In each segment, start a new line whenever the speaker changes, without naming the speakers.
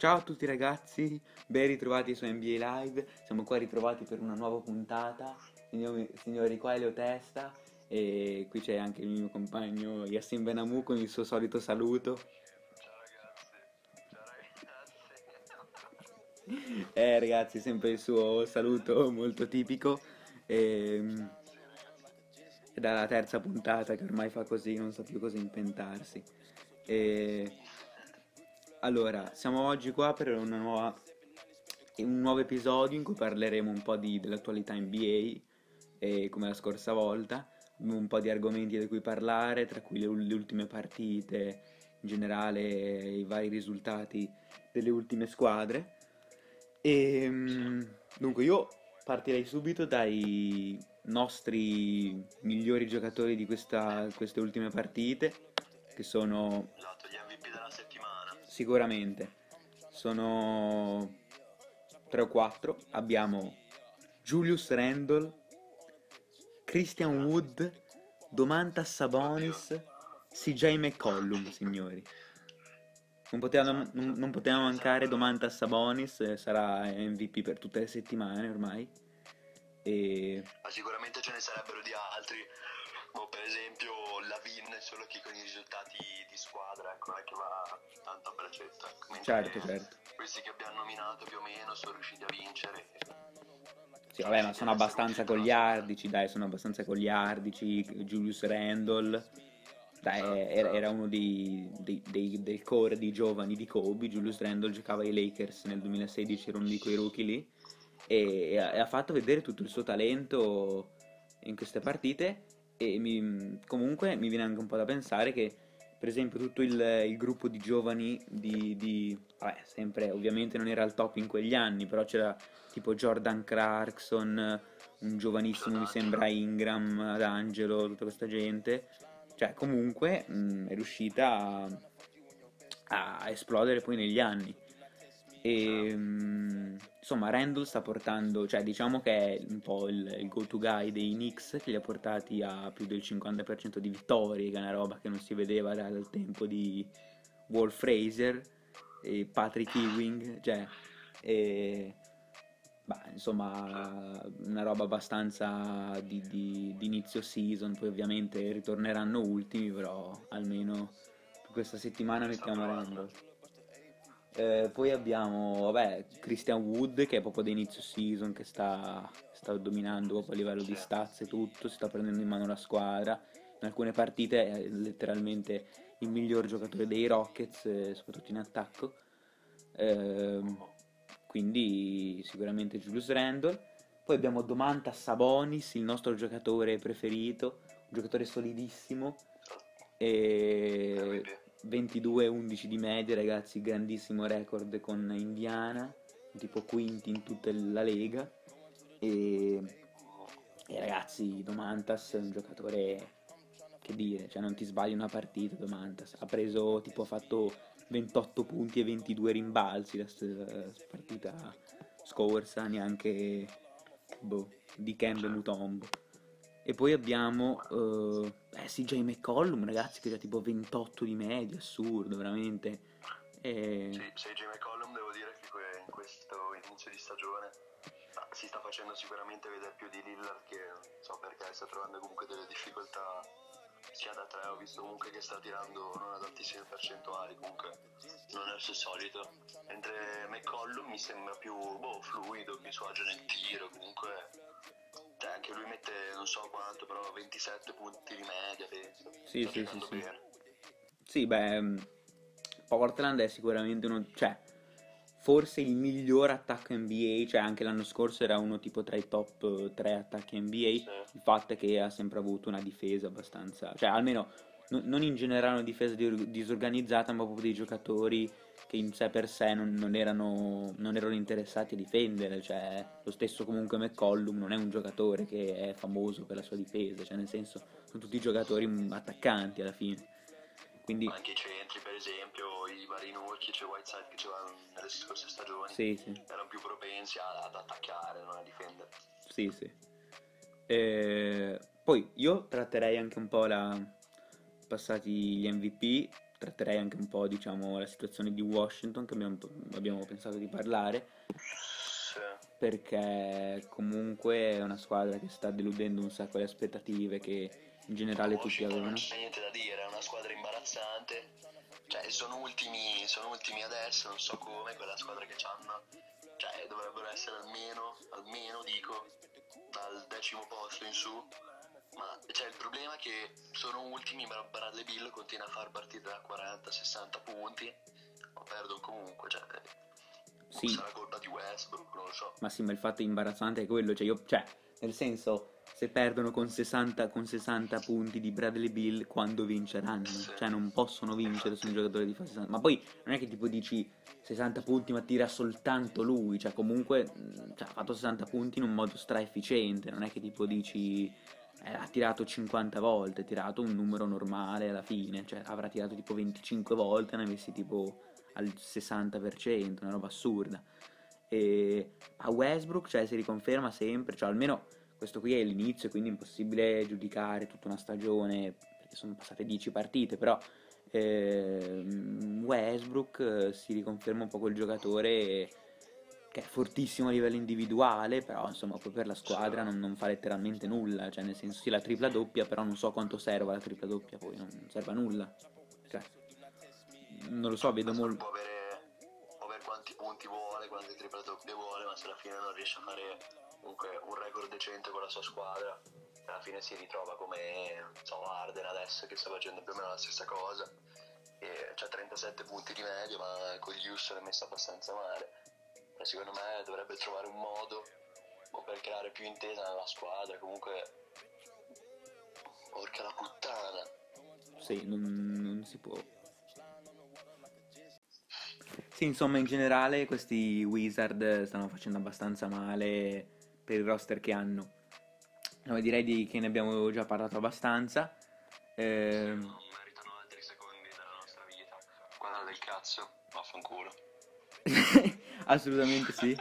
Ciao a tutti ragazzi, ben ritrovati su NBA Live, siamo qua ritrovati per una nuova puntata, signori qua è Leo Testa e qui c'è anche il mio compagno Yassin Benamou con il suo solito saluto.
Ciao ragazzi.
Ragazzi, sempre il suo saluto molto tipico e,
Sì ragazzi.
è dalla terza puntata che ormai fa così, non sa più cosa inventarsi. E allora, siamo oggi qua per un nuovo episodio in cui parleremo un po' dell'attualità NBA e come la scorsa volta. Abbiamo un po' di argomenti di cui parlare, tra cui le ultime partite, in generale i vari risultati delle ultime squadre.
Sì.
Dunque io partirei subito dai nostri migliori giocatori di queste ultime partite, che sono
Esatto, gli MVP della settimana.
sicuramente sono 3 o 4. Abbiamo Julius Randle, Christian
Sì.
Wood, Domantas
Oddio.
Sabonis, CJ McCollum, signori.
Esatto.
Non poteva
Ce ne
mancare
sarebbero.
Domantas Sabonis, sarà MVP per tutte le settimane ormai. E
Ma sicuramente ce ne sarebbero di altri. O per esempio Lavin, solo che con i risultati di squadra, ecco, non è che va tanto a braccetto.
certo,
Mentre
certo.
questi che abbiamo nominato più o meno sono riusciti a vincere.
Sì,
Sono
vabbè, ma
riusciti
sono
ad essere un
abbastanza
filtro alla squadra.
goliardici, dai, sono abbastanza goliardici. Julius Randle, dai,
Esatto,
era
esatto.
uno del core di giovani di Kobe. Julius Randle giocava ai Lakers nel 2016, era uno di quei rookie lì,
Sì.
e ha fatto vedere tutto il suo talento in queste partite. Comunque mi viene anche un po' da pensare che, per esempio, tutto il gruppo di giovani vabbè, sempre, ovviamente non era al top in quegli anni, però c'era tipo Jordan Clarkson, un giovanissimo mi
D'Angelo.
sembra Ingram, ad Angelo, tutta questa gente, cioè comunque è riuscita a esplodere poi negli anni.
Sì.
Insomma, Randall sta portando, cioè diciamo che è un po' il go-to guy dei Knicks che li ha portati a più del 50% di vittorie, che è una roba che non si vedeva dal tempo di Walt Frazier e Patrick Ewing, cioè, e, bah, insomma, una roba abbastanza di inizio season, poi ovviamente ritorneranno ultimi, però almeno per questa settimana
Ci sta
mettiamo
provando.
Randall. Poi abbiamo, vabbè, Christian Wood che è proprio da inizio season che sta dominando proprio a livello di
Sì.
stats e tutto, si sta prendendo in mano la squadra. In alcune partite è letteralmente il miglior giocatore dei Rockets, soprattutto in attacco. Ehm, quindi sicuramente Julius Randle. Poi abbiamo Domantas Sabonis, il nostro giocatore preferito, un giocatore solidissimo, e
MVP.
22-11 di media, ragazzi, grandissimo record con Indiana, tipo quinti in tutta la Lega. E, e ragazzi, Domantas è un giocatore, che dire, cioè non ti sbagli una partita, Domantas. Ha preso, tipo, ha fatto 28 punti e 22 rimbalzi la partita scorsa, neanche, boh, di
Sì.
Kembe Mutombo. E poi abbiamo CJ McCollum, ragazzi, che ha tipo 28 di media, assurdo, veramente. E...
Sì, CJ McCollum devo dire che in questo inizio di stagione si sta facendo sicuramente vedere più di Lillard che non so perché sta trovando comunque delle difficoltà sia da tre, ho visto comunque che sta tirando non ad altissime percentuali, comunque non è il suo solito, mentre McCollum mi sembra più fluido, più suo agio nel tiro, comunque cioè, anche lui mette non so quanto, però 27 punti di media, penso,
Sì,
sta
sì, sì,
giocando
sì.
bene.
Sì, beh, Portland è sicuramente uno, cioè, forse il miglior attacco NBA, cioè anche l'anno scorso era uno tipo tra i top 3 attacchi
Sì,
NBA. Il fatto è che ha sempre avuto una difesa abbastanza, cioè almeno non in generale una difesa disorganizzata, ma proprio dei giocatori che in sé per sé non erano interessati a difendere, cioè lo stesso comunque McCollum non è un giocatore che è famoso per la sua difesa, cioè nel senso sono tutti giocatori attaccanti alla fine. Quindi
ma anche i centri, per esempio, i vari Nurkic e Whiteside che c'erano nelle scorse stagioni,
sì, sì,
erano più propensi ad attaccare, non a difendere.
sì, sì. Poi io tratterei anche un po' passati gli MVP, tratterei anche un po', diciamo, la situazione di Washington, che abbiamo pensato di parlare,
Sì.
perché comunque è una squadra che sta deludendo un sacco le aspettative che in generale tutti
Washington non
avevano.
c'è niente da dire, è una squadra imbarazzante. Cioè, sono ultimi adesso, non so come, quella squadra che c'hanno. Cioè, dovrebbero essere almeno dico, dal 10° posto in su. Ma cioè, il problema è che sono ultimi, ma Bradley Beal continua a far partite da 40-60 punti, ma perdono comunque, cioè,
Sì,
sarà colpa di Westbrook, non lo so.
ma sì, ma il fatto imbarazzante è quello, nel senso, se perdono con 60 punti di Bradley Beal, quando vinceranno?
Sì,
Cioè, non possono vincere su un
infatti,
giocatore di fa 60. Ma poi non è che tipo dici 60 punti, ma tira soltanto lui, cioè comunque cioè, ha fatto 60 punti in un modo stra-efficiente, non è che tipo dici ha tirato 50 volte, ha tirato un numero normale alla fine, cioè avrà tirato tipo 25 volte, ne avessi tipo al 60%, una roba assurda. E a Westbrook, cioè, si riconferma sempre, cioè almeno questo qui è l'inizio, quindi è impossibile giudicare tutta una stagione, perché sono passate 10 partite, però Westbrook si riconferma un po' quel giocatore che è fortissimo a livello individuale, però insomma poi per la
sì.
squadra non fa letteralmente nulla, cioè nel senso sì la tripla doppia, però non so quanto serva la tripla doppia, poi non serve a nulla, cioè non lo so, vedo
Westbrook
molto.
può avere quanti punti vuole, quante triple doppie vuole, ma se alla fine non riesce a fare comunque un record decente con la sua squadra, alla fine si ritrova come non so, Harden adesso che sta facendo più o meno la stessa cosa. E c'ha 37 punti di media, ma con gli Houston è messo abbastanza male. E secondo me dovrebbe trovare un modo o per creare più intesa nella squadra, comunque porca la puttana.
Sì, non si può. Sì, insomma, in generale questi Wizard stanno facendo abbastanza male per il roster che hanno. No, che ne abbiamo già parlato abbastanza.
Sì,
Ehm,
non meritano altri secondi della nostra vita. Squadra del cazzo, vaffanculo.
Assolutamente sì.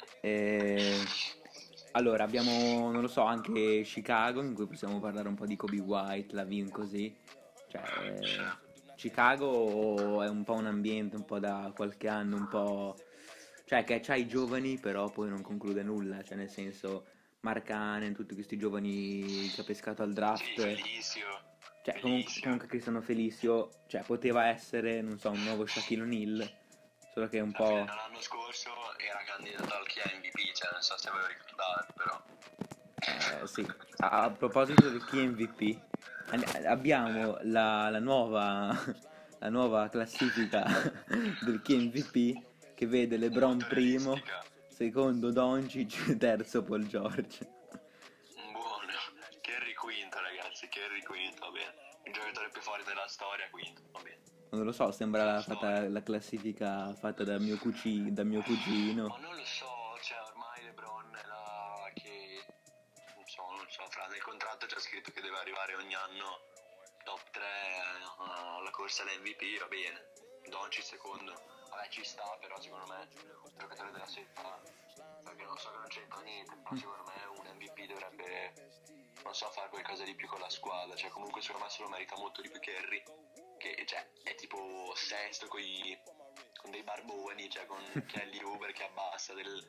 Eh, allora, abbiamo, non lo so, anche Chicago, in cui possiamo parlare un po' di Kobe White, Lavin così.
Sì.
Cioè, Chicago è un po' un ambiente, un po' da qualche anno, un po'. Cioè, che c'ha i giovani, però poi non conclude nulla. Cioè, nel senso, Mark Cannon, tutti questi giovani che ha pescato al
Sì,
draft.
Felicio.
Cioè,
Felicio.
comunque Cristiano Felicio, cioè, poteva essere, non so, un nuovo Shaquille O'Neal, solo che è un
Alla fine
po'.
dell'anno scorso era candidato al chi è MVP, cioè non so se ve lo ricordate, però.
Sì. A proposito del chi MVP, abbiamo la nuova, la nuova classifica del chi MVP che vede LeBron
Molto
primo,
realistica.
secondo Doncic, terzo Paul George.
Buono. Kerry quinto, ragazzi, Kerry quinto, va bene. Il giocatore più forte della storia, quinto, va bene.
Non lo so, sembra
Della
fatta,
storia.
la classifica fatta da mio
Ma
cugino.
non lo so, cioè ormai LeBron è la che non so, fra nel contratto c'è scritto che deve arrivare ogni anno top 3 alla corsa all'MVP, va bene. Doncic secondo, vabbè ci sta, però secondo me giocatore della setta, perché non so che non c'entra niente, però secondo me un MVP dovrebbe, non so, fare qualcosa di più con la squadra, cioè comunque secondo me se lo merita molto di più Kerry, che cioè è tipo sesto con dei barboni, cioè con Kelly Uber che abbassa del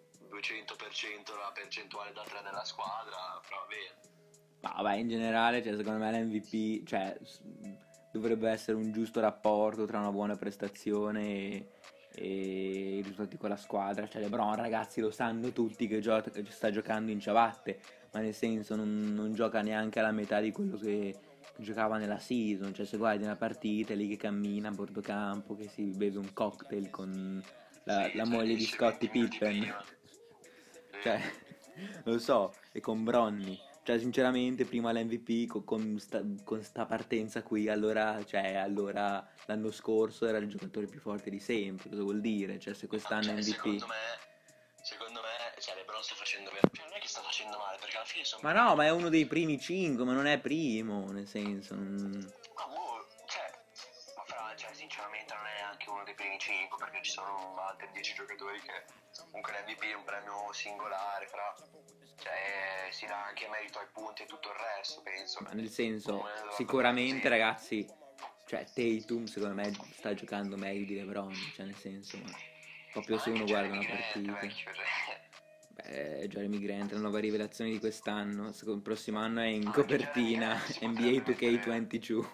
200% la percentuale da 3 della squadra, però va bene.
Ma vabbè, in generale, cioè, secondo me l'MVP, cioè, dovrebbe essere un giusto rapporto tra una buona prestazione e i risultati con la squadra. Cioè, LeBron, ragazzi, lo sanno tutti che sta giocando in ciabatte, ma nel senso non gioca neanche alla metà di quello che giocava nella season. Cioè, se guardi una partita, è lì che cammina a bordo campo, che si beve un cocktail con la
Sì, cioè
moglie di
esce
Scottie
20 minuti
Pippen.
prima.
Cioè,
Sì.
lo so, e con Bronny. Cioè, sinceramente, prima l'MVP con sta partenza qui, allora l'anno scorso era il giocatore più forte di sempre. Cosa vuol dire? Cioè, se
No,
quest'anno è
cioè,
MVP.
secondo me, cioè, LeBron sta facendo cioè, non è che sta facendo male, perché alla fine sono
Ma no, ma è
bravi.
uno dei primi 5, ma non è primo, nel senso.
Ma boh, cioè, ma fra, cioè, sinceramente non è neanche uno dei primi 5, perché ci sono altri 10 giocatori che comunque l'MVP è un premio singolare, fra, cioè, si dà anche merito ai punti e tutto il resto, penso.
Ma nel senso,
Non è della
sicuramente,
così.
ragazzi, cioè Tatum secondo me sta giocando meglio di LeBron, cioè nel senso, ma proprio
Ma
se uno
anche
guarda
Jeremy
una
Grant,
partita.
vecchio, cioè.
Beh, Jeremy Grant, la nuova rivelazione di quest'anno, il prossimo anno è in
Anche Jeremy
copertina
Grant si
NBA
potrebbe mettere.
2K22.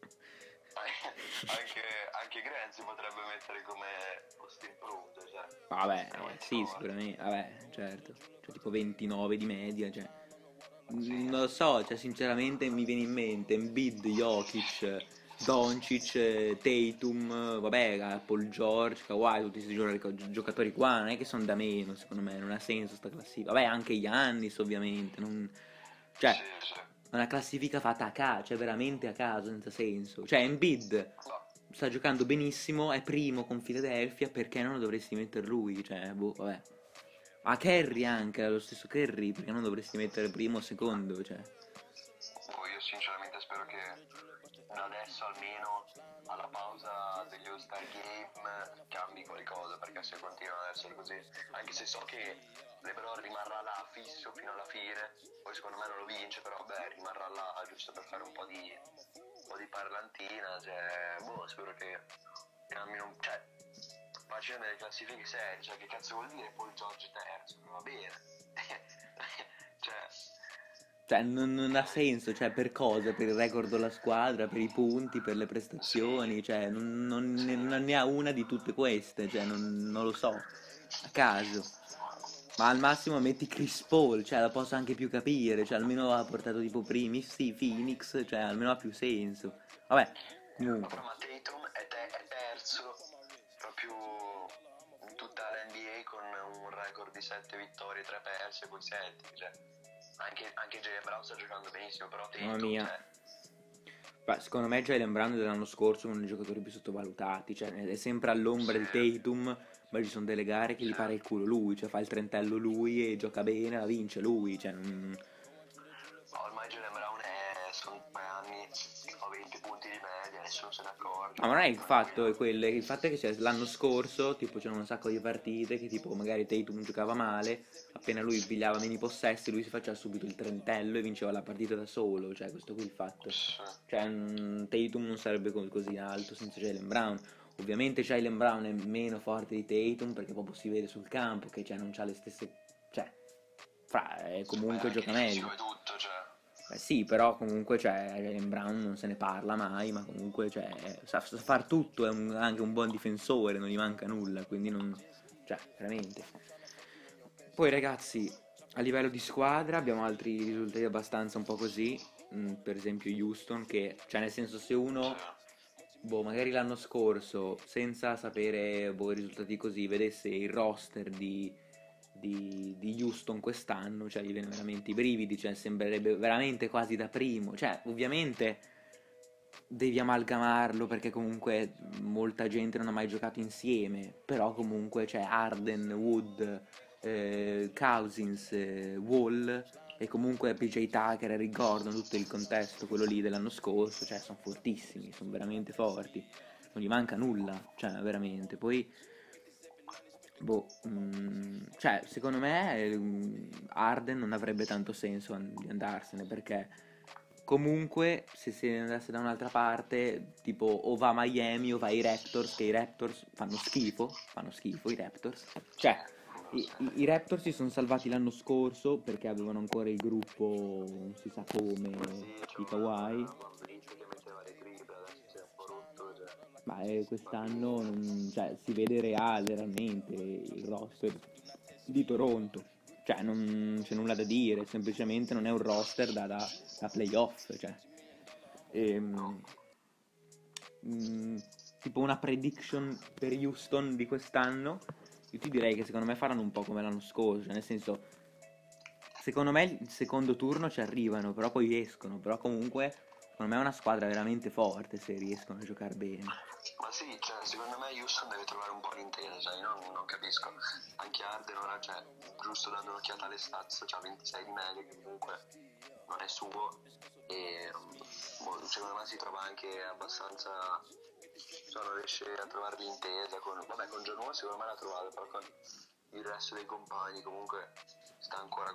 Anche Grant si potrebbe mettere come post improved, cioè.
Vabbè,
Veramente
sì,
forte.
sicuramente, vabbè, certo, cioè tipo 29 di media, cioè,
Sì,
non lo so, cioè sinceramente mi viene in mente Embiid, Jokic, Doncic, Tatum, vabbè, Paul George, Kawhi, tutti questi giocatori qua, non è che sono da meno, secondo me, non ha senso sta classifica, vabbè, anche Giannis ovviamente, cioè,
sì, sì.
è una classifica fatta a caso, cioè veramente a caso, senza senso, cioè Embiid
No,
sta giocando benissimo, è primo con Philadelphia, perché non lo dovresti mettere lui? Cioè, boh, vabbè. A Kerry anche, lo stesso Kerry, perché non dovresti mettere primo o secondo, cioè.
poi io sinceramente spero che da adesso almeno alla pausa degli All-Star Game cambi qualcosa, perché se continua ad essere così, anche se so che LeBron rimarrà là fisso fino alla fine, poi secondo me non lo vince, però beh, rimarrà là giusto per fare un po' di parlantina, cioè, boh, spero che cambino, cioè, facendo delle classifiche serie, cioè che cazzo vuol dire Paul George terzo, non va bene, cioè,
Cioè, non ha senso, cioè, per cosa? Per il record della squadra, per i punti, per le
sì,
prestazioni, cioè, non
sì,
ne ha una di tutte queste, cioè, non lo so, a caso. Ma al massimo metti Chris Paul, cioè, la posso anche più capire, cioè, almeno ha portato tipo primi, sì, Phoenix, cioè, almeno ha più senso. Vabbè,
ma
comunque.
però ma Tatum è terzo proprio in tutta l'NBA con un record di 7 vittorie, 3 perse, poi 7, cioè anche Jalen Brown sta giocando benissimo, però
Mamma
Tatum,
mia.
cioè,
Beh, secondo me Jalen Brown dell'anno scorso è uno dei giocatori più sottovalutati, cioè è sempre all'ombra
sì,
di Tatum, ma ci sono delle gare che gli
sì.
pare il culo lui, cioè fa il trentello lui e gioca bene, la vince lui, cioè
Ma ormai Jalen Brown sono 2 anni, fa 20 punti di media, nessuno se ne accorge,
Ma non è il fatto, è
tranquillo.
quello, il fatto è che l'anno scorso, tipo, c'erano un sacco di partite che tipo magari Tatum giocava male, appena lui pigliava meno possessi, lui si faceva subito il trentello e vinceva la partita da solo, cioè questo qui è il fatto.
Sì,
Cioè Tatum non sarebbe così alto senza Jalen Brown. Ovviamente Jalen Brown è meno forte di Tatum perché proprio si vede sul campo che cioè, non ha le stesse... cioè,
beh,
comunque
anche
gioca
il fisico
meglio.
è tutto, cioè,
Beh sì, però comunque cioè, Jalen Brown non se ne parla mai, ma comunque cioè, sa far tutto, è anche un buon difensore, non gli manca nulla, quindi non... cioè, veramente. Poi ragazzi, a livello di squadra abbiamo altri risultati abbastanza un po' così, per esempio Houston, che, cioè nel senso se
sì,
uno, boh, magari l'anno scorso, senza sapere boh, i risultati così, vedesse il roster di Houston quest'anno, cioè gli viene veramente i brividi, cioè sembrerebbe veramente quasi da primo, cioè ovviamente devi amalgamarlo perché comunque molta gente non ha mai giocato insieme, però comunque c'è Arden, Wood, Cousins, Wall e comunque PJ Tucker e Rick Gordon, tutto il contesto, quello lì dell'anno scorso, cioè sono fortissimi, sono veramente forti, non gli manca nulla, cioè veramente. Poi boh, cioè, secondo me Arden non avrebbe tanto senso di andarsene perché comunque se se ne andasse da un'altra parte, tipo o va a Miami o va ai Raptors, che i Raptors fanno schifo i Raptors.
sì,
Cioè,
quello sì.
i Raptors si sono salvati l'anno scorso perché avevano ancora il gruppo, non si sa
Ma
come,
sì,
di
c'era
Kawhi.
Van Vliet che metteva le triple, adesso si è un po' rotto, cioè,
Ma
va più.
quest'anno cioè, si vede reale, realmente il roster di Toronto. Cioè, non c'è nulla da dire, semplicemente non è un roster da playoff. Cioè.
No,
Ehm, mm, tipo una prediction per Houston di quest'anno, io ti direi che secondo me faranno un po' come l'anno scorso, cioè nel senso, secondo me il secondo turno ci arrivano, però poi escono, però comunque secondo me è una squadra veramente forte se riescono a giocare bene.
ma sì, cioè, secondo me Houston deve trovare un po' l'intesa, cioè, io non capisco. Anche Arden ora, cioè, giusto dando un'occhiata alle stats, c'ha 26 di media, che comunque non è suo, e boh, secondo me si trova anche abbastanza, cioè, non riesce a trovare l'intesa vabbè, con John Wall secondo me l'ha trovata, però con il resto dei compagni comunque sta ancora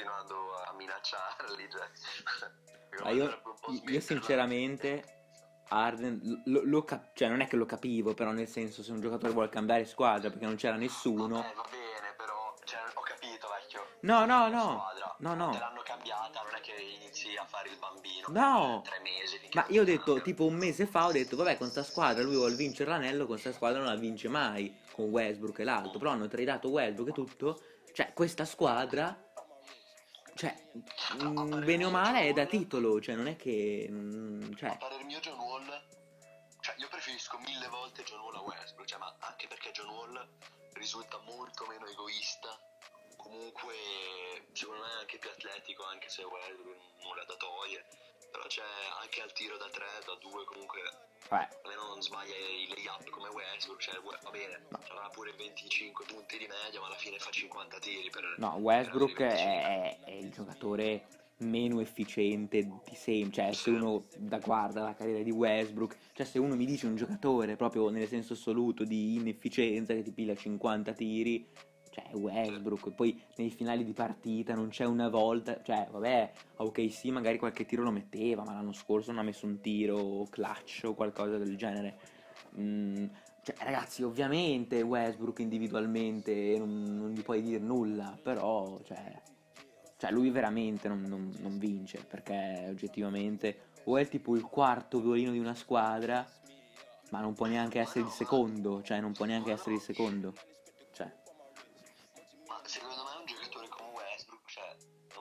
continuando a minacciarli, cioè,
Ma
secondo me dovrebbe un po'
io
smetterla.
sinceramente Harden, cioè non è che lo capivo, però nel senso se un giocatore vuole cambiare squadra perché non c'era nessuno.
Vabbè, va bene, però, cioè, ho capito, vecchio,
No, no,
cambia
no,
squadra,
no,
te
no,
l'hanno cambiata, non è che inizi a fare il bambino per
no.
3 mesi finché
Ma
non
io ho
ti
detto,
cambia.
tipo un mese fa, ho detto, vabbè, con sta squadra lui vuole vincere l'anello, con sta squadra non la vince mai, con Westbrook e l'altro, però hanno tradato Westbrook e tutto, cioè questa squadra, cioè,
A parer
bene o
mio
male
John
è da
Wall,
titolo, cioè non è che,
a
cioè,
parer mio John Wall, cioè io preferisco 1000 volte John Wall a Westbrook, cioè, ma anche perché John Wall risulta molto meno egoista, comunque secondo me è anche più atletico, anche se Westbrook nulla da togliere, però c'è anche al tiro da 3, da 2 comunque,
vabbè,
almeno non sbaglia i layup come Westbrook, cioè va bene,
no.
avrà pure 25 punti di media, ma alla fine fa 50 tiri
No,
per avere
Westbrook
25.
è il giocatore meno efficiente di sempre, cioè se
Sì,
uno da guarda la carriera di Westbrook, cioè se uno mi dice un giocatore proprio nel senso assoluto di inefficienza che ti piglia 50 tiri, cioè è
sì.
Westbrook, poi nei finali di partita non c'è una volta, cioè vabbè, ok sì magari qualche tiro lo metteva, ma l'anno scorso non ha messo un tiro clutch o qualcosa del genere. Mm, cioè, ragazzi, ovviamente Westbrook individualmente non gli puoi dire nulla, però, cioè lui veramente non vince, perché oggettivamente o è tipo il quarto violino di una squadra, ma non può neanche
Ma
essere il
no,
secondo, cioè non può neanche
ma
essere il
no,
secondo. Cioè,
ma secondo me un giocatore come Westbrook, cioè,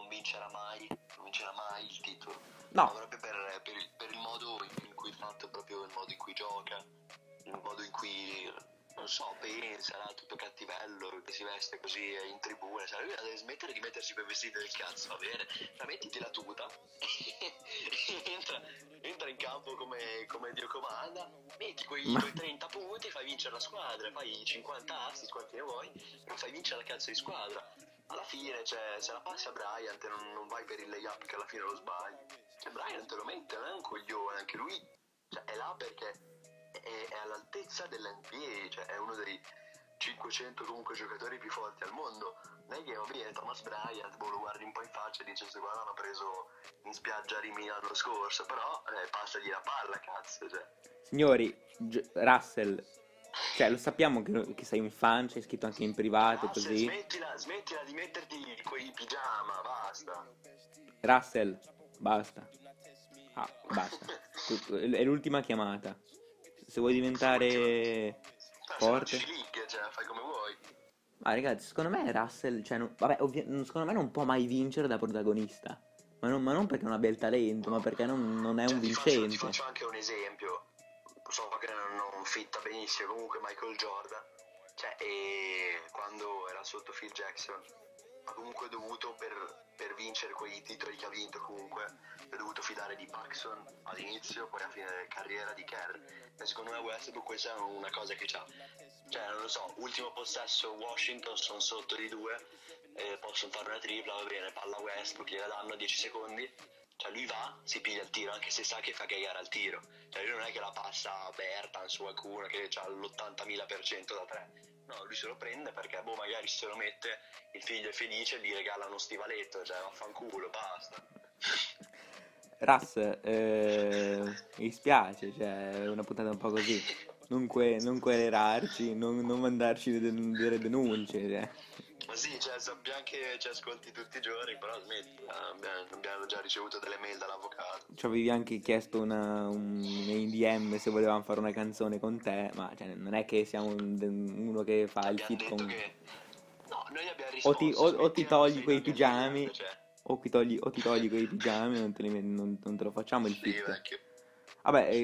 non vincerà mai il titolo. Ma
no,
proprio per il modo in cui è fatto, proprio il modo in cui gioca, il modo in cui, non so, pensa, no? Tutto cattivello, che si veste così in tribuna, cioè lui deve smettere di mettersi quei vestiti del cazzo, va bene? Cioè, mettiti la tuta, entra, entra in campo come Dio comanda, metti
ma...
quei 30 punti, fai vincere la squadra, fai 50 assist, quanti ne vuoi, però fai vincere la cazzo di squadra. Alla fine, cioè, se la passi a Bryant e non vai per il layup che alla fine lo sbagli, cioè Bryant lo mette, non è un coglione, anche lui, cioè, è là perché è all'altezza dell'NBA, cioè è uno dei 500 comunque giocatori più forti al mondo. Non è che va bene, Thomas Bryant, lo guardi un po' in faccia e dici se guarda l'hanno preso in spiaggia a Rimini l'anno scorso, però passagli la palla, cazzo, cioè.
Signori, Russell, cioè lo sappiamo che sei un fan, c'è scritto anche in privato
Russell,
così.
smettila di metterti quei pigiama, basta.
Russell, basta. Ah, basta. È l'ultima chiamata. Se vuoi
Se vuoi ti...
diventare
Se no
forte.
G-League, cioè, fai come vuoi.
Ma ragazzi, secondo me Russell, cioè, vabbè, secondo me non può mai vincere da protagonista. Ma non perché non abbia il talento, ma perché non è un
Cioè, ti
vincente.
faccio anche un esempio. So che non fitta benissimo, comunque Michael Jordan, cioè, e quando era sotto Phil Jackson, ha comunque dovuto, per vincere quei titoli che ha vinto comunque, ha dovuto fidare di Paxson all'inizio, poi a fine carriera di Kerr. E secondo me Westbrook questa è una cosa che c'ha. Cioè, non lo so, ultimo possesso Washington, sono sotto di 2, possono fare una tripla, va bene, palla Westbrook, gliela danno a 10 secondi, cioè lui va, si piglia il tiro, anche se sa che fa cagare al tiro. Cioè lui non è che la passa a Bertans o qualcuno che ha l'80.000% da 3. No, lui se lo prende perché, boh, magari se lo mette, il figlio è felice e gli regala uno stivaletto, cioè vaffanculo, basta.
Russ, mi dispiace, cioè, è una puntata un po' così. Non querelarci, non mandarci delle denunce, cioè.
Ma sì, cioè sappiamo che ci ascolti tutti i giorni, però smetti, abbiamo già ricevuto delle mail dall'avvocato.
Ci avevi anche chiesto nei DM se volevamo fare una canzone con te, ma cioè, non è che siamo uno che fa
Ti
il
abbiamo
feat
detto
con...
che... No, noi gli abbiamo
O ti,
risposto,
o ti
smettila, non
togli
sei
quei
noi che li...
pigiami,
cioè...
o ti togli quei pigiami, non te lo facciamo il
Sì,
fit.
vecchio.
Vabbè,
Sì.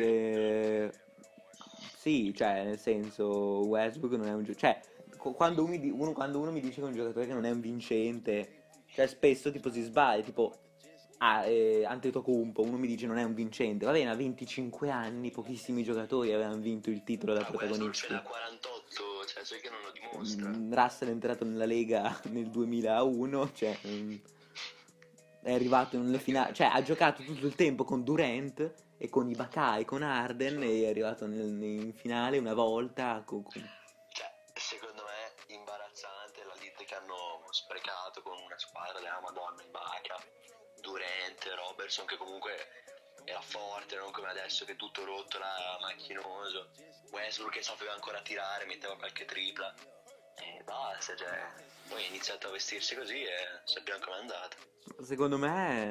sì, cioè, nel senso, Westbrook non è un giocatore... Cioè, quando uno mi dice che è un giocatore che non è un vincente, cioè, spesso tipo si sbaglia, tipo... Antetokounmpo, uno mi dice non è un vincente, va bene, a 25 anni pochissimi giocatori avevano vinto il titolo da
Ma Westbrook ce n'ha
protagonisti.
48, cioè sai che non lo dimostra.
Russell è entrato nella Lega nel 2001, cioè è arrivato nelle
Vecchio,
finali, cioè ha giocato tutto il tempo con Durant e con Ibaka e con Harden e è arrivato in finale una volta
cioè, secondo me imbarazzante la lite che hanno sprecato con una squadra della Madonna in Baca, Durant, Robertson, che comunque era forte, non come adesso che è tutto rotto, là, macchinoso. Westbrook che sapeva ancora tirare, metteva qualche tripla. E basta, cioè, poi ha iniziato a vestirsi così e sappiamo com'è andata.
Secondo me,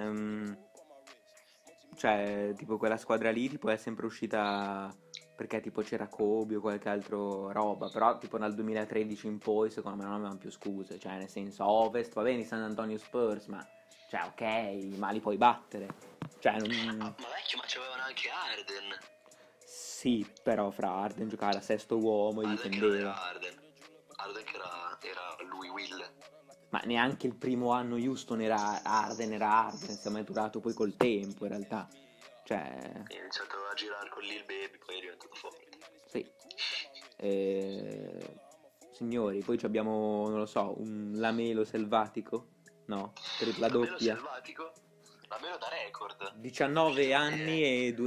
cioè, tipo quella squadra lì, tipo è sempre uscita perché tipo c'era Kobe o qualche altra roba, però tipo dal 2013 in poi secondo me non avevano più scuse, cioè nel senso a Ovest va bene i San Antonio Spurs, ma cioè ok, ma li puoi battere. Cioè,
Ah, ma vecchio, ma c'avevano anche Arden.
sì, però fra Arden giocava da sesto uomo e
Arden che non era
difendeva.
Arden. Arden che era lui Will.
Ma neanche il primo anno Houston era Arden, si è maturato poi col tempo in realtà. Cioè,
E ha iniziato a girare con Lil Baby, poi è diventato forte.
sì. Signori, poi ci abbiamo, non lo so, un Lamelo selvatico? No, tripla
La meno
doppia.
selvatico, la meno da record.
19
Visto
anni
che
e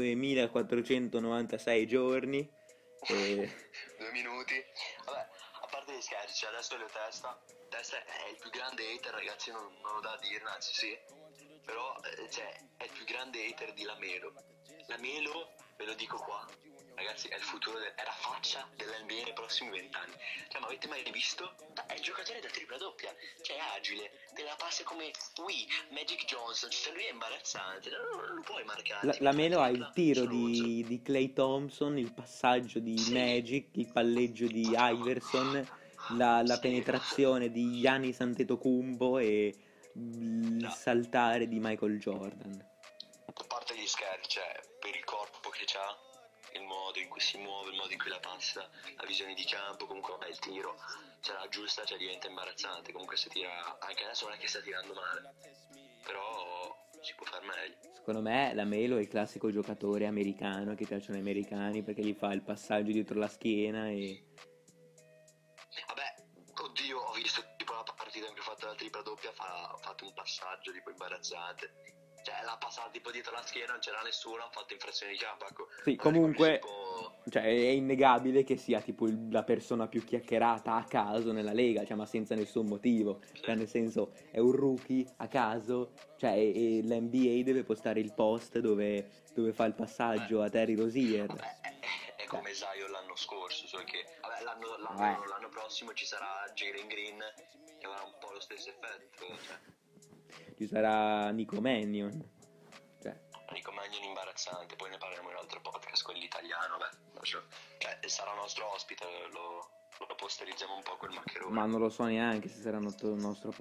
2496 giorni. E...
2 minuti. Vabbè, a parte gli scherzi, cioè adesso le testa è il più grande hater, ragazzi, non ho da dirne, anzi sì. Però, cioè, è il più grande hater di Lamelo. Lamelo, ve lo dico qua, ragazzi, è il futuro, è la faccia dell'NBA nei prossimi 20 anni. Cioè, ma avete mai visto? È il giocatore da tripla doppia, cioè è agile, te la passa come Magic Johnson, cioè lui è imbarazzante, non lo puoi marcare, ti
La
mette la
Melo ha il
tripla,
tiro
stronzo.
di Clay Thompson, il passaggio di
Sì,
Magic, il palleggio di
bravo.
Iverson, la
Sì,
penetrazione di Giannis Antetokounmpo e il
no,
saltare di Michael Jordan.
a parte gli scherzi, cioè, per il corpo che ha, il modo in cui si muove, il modo in cui la passa, la visione di campo, comunque vabbè, il tiro, cioè la giusta, cioè diventa imbarazzante, comunque se tira, anche adesso non è che sta tirando male, però si può far meglio.
Secondo me la Melo è il classico giocatore americano che piacciono agli americani perché gli fa il passaggio dietro la schiena e...
Vabbè, oddio, ho visto tipo la partita in cui ha fatto la tripla doppia, ha fatto un passaggio tipo imbarazzante. Cioè, l'ha passata tipo dietro la schiena, non c'era nessuno, ha fatto infrazione di campo, ecco.
Sì,
Avrei visto un
comunque,
po'.
cioè, è innegabile che sia tipo la persona più chiacchierata a caso nella Lega, cioè, ma senza nessun motivo.
Sì.
Cioè, nel senso, è un rookie a caso, cioè, e l'NBA deve postare il post dove fa il
Vabbè,
passaggio a Terry Rozier.
vabbè, è
Cioè,
come Zion l'anno scorso, solo che vabbè,
vabbè,
l'anno prossimo ci sarà Jalen Green che avrà un po' lo stesso effetto. Cioè,
ci sarà Nico Mannion. Cioè,
Nico Magnon imbarazzante, poi ne parleremo in un altro podcast con l'italiano, beh, cioè, sarà nostro ospite, lo posterizziamo un po' quel
ma
maccherone.
non lo so neanche se sarà il nostro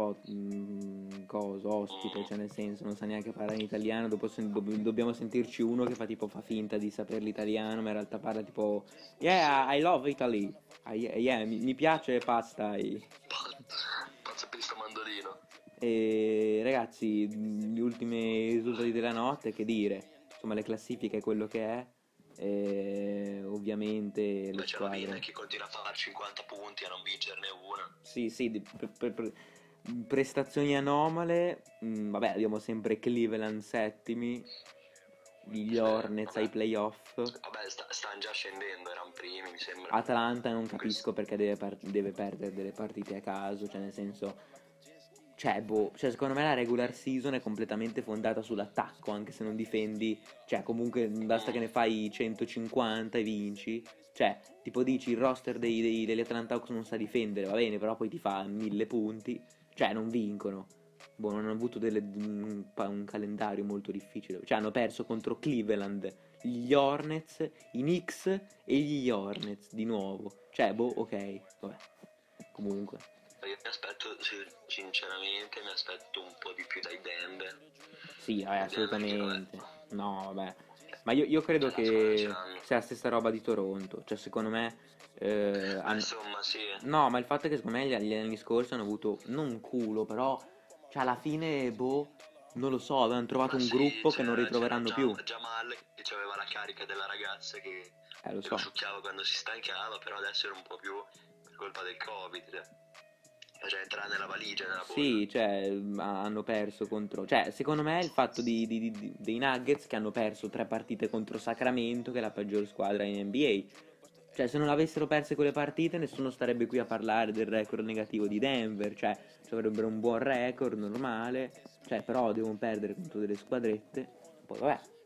coso, ospite,
Mm.
cioè nel senso non sa neanche parlare in italiano, dobbiamo sentirci uno che fa finta di sapere l'italiano, ma in realtà parla tipo Yeah, I love Italy. Yeah, mi piace pasta.
Pazzo pista mandolino.
E ragazzi, gli ultimi risultati della notte, che dire? Insomma, le classifiche è quello che è. E ovviamente le
Beh, c'è la Villa
squadre.
che continua a fare 50 punti a non vincerne una.
Sì, sì, prestazioni anomale. Vabbè, abbiamo sempre Cleveland settimi, gli
Sì,
Hornets ai
vabbè.
playoff.
Vabbè, stanno già scendendo, erano primi, mi sembra.
Atalanta non capisco
Questo.
perché deve perdere delle partite a caso, cioè nel senso, cioè, boh, cioè secondo me la regular season è completamente fondata sull'attacco, anche se non difendi, cioè comunque basta che
Mm.
ne fai 150 e vinci, cioè tipo dici il roster degli Atlanta Hawks non sa difendere, va bene, però poi ti fa 1000 punti, cioè non vincono. Boh, non hanno avuto un calendario molto difficile, cioè hanno perso contro Cleveland, gli Hornets, i Knicks e gli Hornets di nuovo, cioè boh, ok, vabbè, comunque.
Io mi aspetto, sinceramente, mi aspetto un po' di più dai Denver.
Sì, vabbè,
I Denver che, vabbè,
assolutamente. No, vabbè. Ma io credo
cioè la squadra ce
che
l'hanno.
sia la stessa roba di Toronto. Cioè, secondo me...
Beh, insomma, sì.
No, ma il fatto è che secondo me gli anni scorsi hanno avuto, non un culo, però... Cioè, alla fine, boh, non lo so, avevano trovato
Ma
un
sì,
gruppo che non
c'era
ritroveranno più.
Jamal che aveva la carica della ragazza
Lo
che lo
so.
succhiava quando si stancava, però adesso era un po' più per colpa del Covid. Cioè entrare nella valigia, nella bolla.
Sì, cioè, hanno perso contro... Cioè, secondo me il fatto dei Nuggets che hanno perso 3 partite contro Sacramento, che è la peggior squadra in NBA. Cioè, se non avessero perse quelle partite, nessuno starebbe qui a parlare del record negativo di Denver. Cioè, avrebbero un buon record normale. Cioè, però devono perdere contro delle squadrette. Poi, vabbè,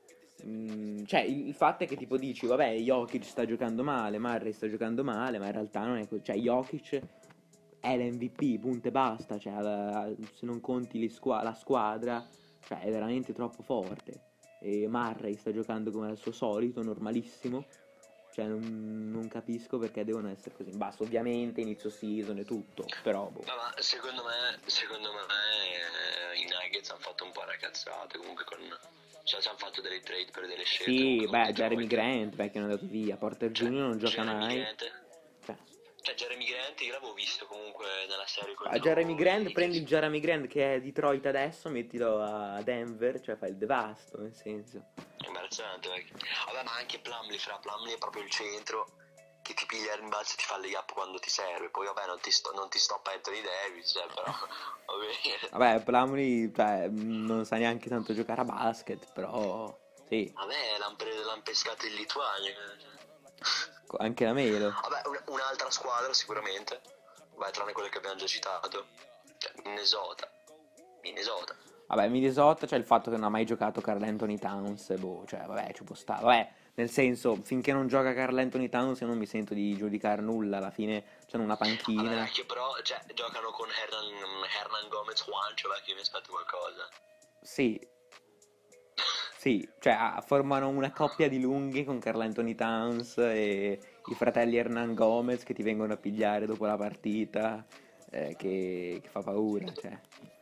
Cioè, il fatto è che tipo dici, vabbè, Jokic sta giocando male, Murray sta giocando male, ma in realtà non è così. Cioè, Jokic è l'MVP, punto e basta. Cioè, se non conti la squadra, cioè, è veramente troppo forte. E Murray sta giocando come al suo solito, normalissimo. Cioè, non capisco perché devono essere così in basso. Ovviamente, inizio season e tutto, però, boh.
No, ma secondo me i Nuggets hanno fatto un po' una cazzata comunque cioè ci hanno fatto delle trade per delle scelte
Sì,
comunque con
beh, Jeremy
Detroit.
Grant, che è andato via. Porter
Cioè,
Jr. non gioca
Jeremy
mai.
Grant,
Cioè,
Jeremy Grant io l'avevo visto comunque nella serie
a Jeremy
contro i
Grant, prendi il
Lakers.
Jeremy Grant che è a Detroit adesso, mettilo a Denver, cioè fai il devasto, nel senso.
È imbarazzante, vecchio. Vabbè, ma anche Plumlee è proprio il centro che ti piglia il rimbalzo e ti fa le up quando ti serve. Poi vabbè, non ti stoppa Anthony Davis, però va bene.
Vabbè, Plumlee, cioè, non sa neanche tanto giocare a basket, però sì,
Vabbè, l'han pescato in Lituania.
anche la Melo.
Vabbè, un'altra squadra sicuramente. Vai, tranne quelle che abbiamo già citato. Cioè, Minnesota.
Vabbè, Minnesota c'è il fatto che non ha mai giocato Karl Anthony Towns, boh, cioè, vabbè, ci può stare. Vabbè, nel senso, finché non gioca Karl Anthony Towns io non mi sento di giudicare nulla, alla fine c'hanno una
Vabbè,
panchina.
vecchio, però, cioè, giocano con Hernan Gomez Juancho, vecchio, mi aspetto qualcosa.
Sì, sì, cioè formano una coppia di lunghi con Karl Anthony Towns e i fratelli Hernan Gomez che ti vengono a pigliare dopo la partita, che fa paura, cioè.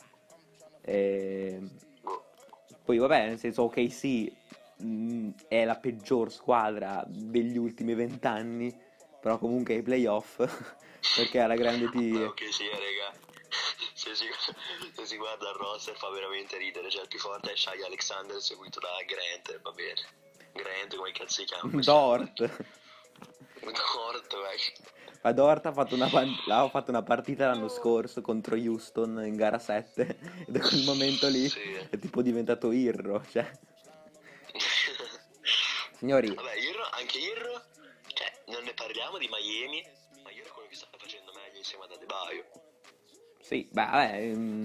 E
Boh.
poi vabbè, nel senso OKC è la peggior squadra degli ultimi 20 anni, però comunque ai playoff perché ha la grande
Vabbè,
T.
ok, sì, raga. Se si, se si guarda il roster fa veramente ridere. Cioè, il più forte è Shai Alexander, seguito da Grant, va bene. Grant, come cazzo si chiama quest'anno,
Dort.
vecchio? Morto, vecchio.
Ma Dort ha fatto una partita l'anno scorso contro Houston in gara 7 e da quel momento lì
Sì.
è tipo diventato Irro, cioè. Signori,
Vabbè, anche Irro, cioè, non ne parliamo di Miami, ma Irro è quello che sta facendo meglio insieme ad Adebayo.
sì, beh, vabbè,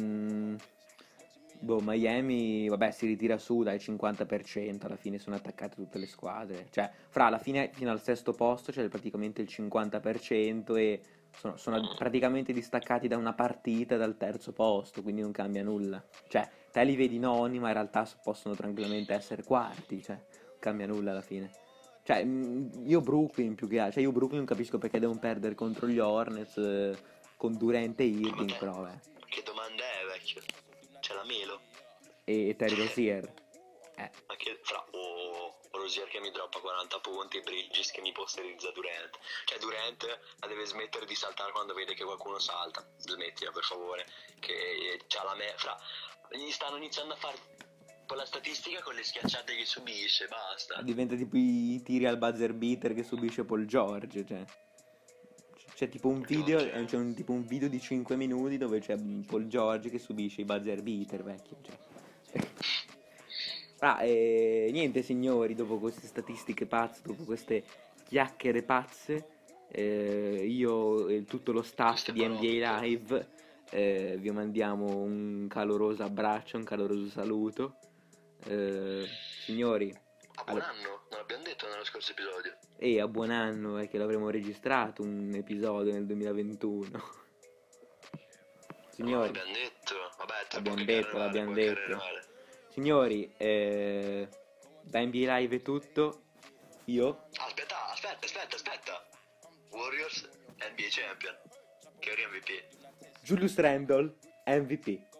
boh, Miami, vabbè, si ritira su dai 50%, alla fine sono attaccate tutte le squadre. Cioè, fra alla fine fino al sesto posto c'è praticamente il 50% e sono praticamente distaccati da una partita dal terzo posto, quindi non cambia nulla. Cioè, te li vedi noni, ma in realtà possono tranquillamente essere quarti, cioè, non cambia nulla alla fine. Cioè, io Brooklyn più che altro, cioè io Brooklyn non capisco perché devono perdere contro gli Hornets con Durant e Irving,
Vabbè,
però,
che domanda è, vecchio? C'è la Melo?
e Terry Rozier.
Ma che Rosier che mi droppa 40 punti, Bridges che mi posterizza Durant. Cioè Durant la deve smettere di saltare quando vede che qualcuno salta. Smettila per favore. Che c'ha la gli stanno iniziando a fare quella statistica con le schiacciate che subisce, basta.
Diventa tipo i tiri al buzzer beater che subisce Paul George, cioè. C'è tipo un video, tipo un video di 5 minuti dove c'è Paul George che subisce i buzzer beater, vecchio, cioè. Niente signori, dopo queste statistiche pazze, dopo queste chiacchiere pazze, io e tutto lo staff
Queste
di NBA
parole.
Live vi mandiamo un caloroso abbraccio, un caloroso saluto. Signori,
A buon anno, non l'abbiamo detto nello scorso episodio.
e a buon anno è che l'avremo registrato un episodio nel 2021.
Non
Signori,
l'abbiamo detto. Vabbè,
l'abbiamo
puoi
detto.
male.
Signori, da NBA Live è tutto. Io,
Aspetta. Warriors NBA Champion. Curry MVP.
Julius Randle, MVP.